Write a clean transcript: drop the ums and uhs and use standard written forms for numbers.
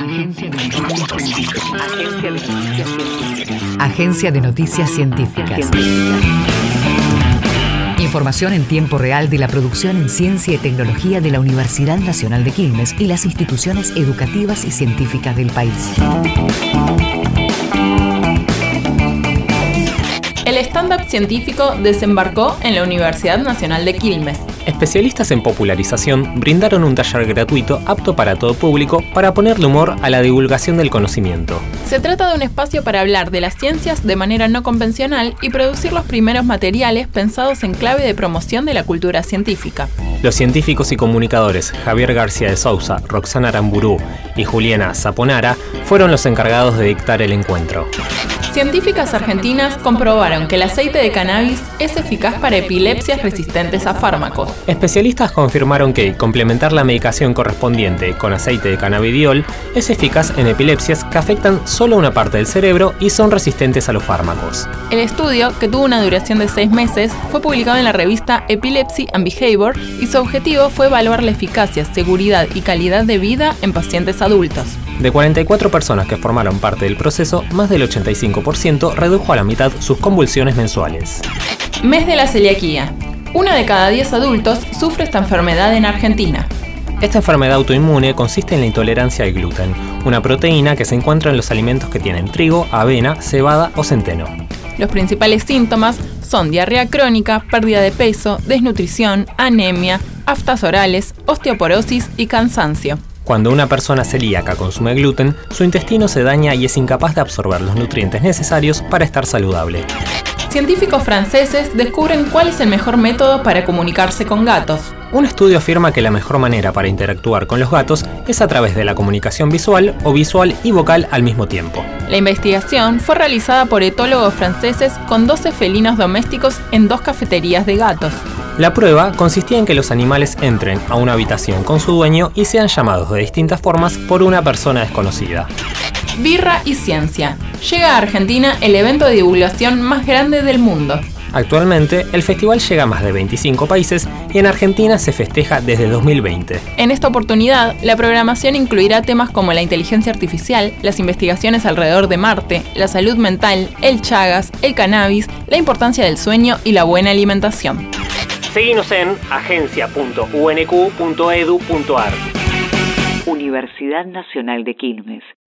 Agencia de Noticias Científicas. Información en tiempo real de la producción en ciencia y tecnología de la Universidad Nacional de Quilmes y las instituciones educativas y científicas del país. El stand-up científico desembarcó en la Universidad Nacional de Quilmes. Especialistas en popularización brindaron un taller gratuito apto para todo público para ponerle humor a la divulgación del conocimiento. Se trata de un espacio para hablar de las ciencias de manera no convencional y producir los primeros materiales pensados en clave de promoción de la cultura científica. Los científicos y comunicadores Javier García de Sousa, Roxana Aramburú y Juliana Zaponara fueron los encargados de dictar el encuentro. Científicas argentinas comprobaron que el aceite de cannabis es eficaz para epilepsias resistentes a fármacos. Especialistas confirmaron que complementar la medicación correspondiente con aceite de cannabidiol es eficaz en epilepsias que afectan solo una parte del cerebro y son resistentes a los fármacos. El estudio, que tuvo una duración de 6 meses, fue publicado en la revista Epilepsy and Behavior y su objetivo fue evaluar la eficacia, seguridad y calidad de vida en pacientes adultos. De 44 personas que formaron parte del proceso, más del 85% redujo a la mitad sus convulsiones mensuales. Mes de la celiaquía. 1 de cada 10 adultos sufre esta enfermedad en Argentina. Esta enfermedad autoinmune consiste en la intolerancia al gluten, una proteína que se encuentra en los alimentos que tienen trigo, avena, cebada o centeno. Los principales síntomas son diarrea crónica, pérdida de peso, desnutrición, anemia, aftas orales, osteoporosis y cansancio. Cuando una persona celíaca consume gluten, su intestino se daña y es incapaz de absorber los nutrientes necesarios para estar saludable. Científicos franceses descubren cuál es el mejor método para comunicarse con gatos. Un estudio afirma que la mejor manera para interactuar con los gatos es a través de la comunicación visual o visual y vocal al mismo tiempo. La investigación fue realizada por etólogos franceses con 12 felinos domésticos en 2 cafeterías de gatos. La prueba consistía en que los animales entren a una habitación con su dueño y sean llamados de distintas formas por una persona desconocida. Birra y ciencia. Llega a Argentina el evento de divulgación más grande del mundo. Actualmente, el festival llega a más de 25 países y en Argentina se festeja desde 2020. En esta oportunidad, la programación incluirá temas como la inteligencia artificial, las investigaciones alrededor de Marte, la salud mental, el Chagas, el cannabis, la importancia del sueño y la buena alimentación. Seguinos en agencia.unq.edu.ar. Universidad Nacional de Quilmes.